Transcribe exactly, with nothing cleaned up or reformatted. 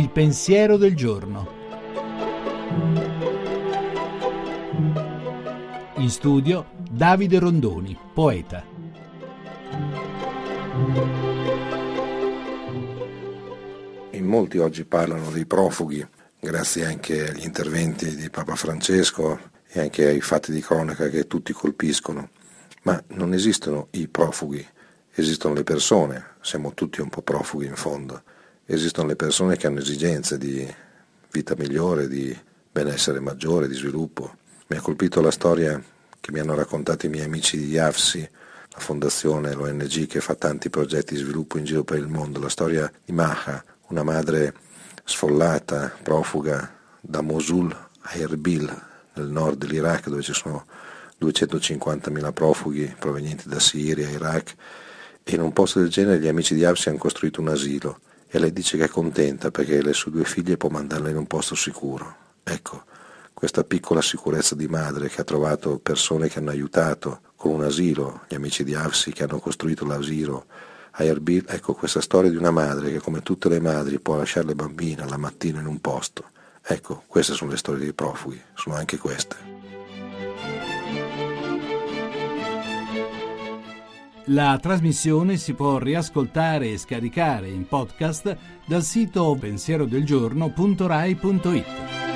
Il pensiero del giorno. In studio Davide Rondoni, poeta. In molti oggi parlano dei profughi, grazie anche agli interventi di Papa Francesco e anche ai fatti di cronaca che tutti colpiscono. Ma non esistono i profughi, esistono le persone, siamo tutti un po' profughi in fondo. Esistono le persone che hanno esigenze di vita migliore, di benessere maggiore, di sviluppo. Mi ha colpito la storia che mi hanno raccontato i miei amici di IAFSI, la fondazione, l'O N G che fa tanti progetti di sviluppo in giro per il mondo, la storia di Maha, una madre sfollata, profuga da Mosul a Erbil, nel nord dell'Iraq, dove ci sono duecentocinquantamila profughi provenienti da Siria, Iraq, e in un posto del genere gli amici di IAFSI hanno costruito un asilo. E lei dice che è contenta perché le sue due figlie può mandarle in un posto sicuro. Ecco, questa piccola sicurezza di madre che ha trovato persone che hanno aiutato con un asilo, gli amici di IAFSI che hanno costruito l'asilo a Erbil, ecco questa storia di una madre che come tutte le madri può lasciare le bambine alla mattina in un posto. Ecco, queste sono le storie dei profughi, sono anche queste. La trasmissione si può riascoltare e scaricare in podcast dal sito pensierodelgiorno punto rai punto it.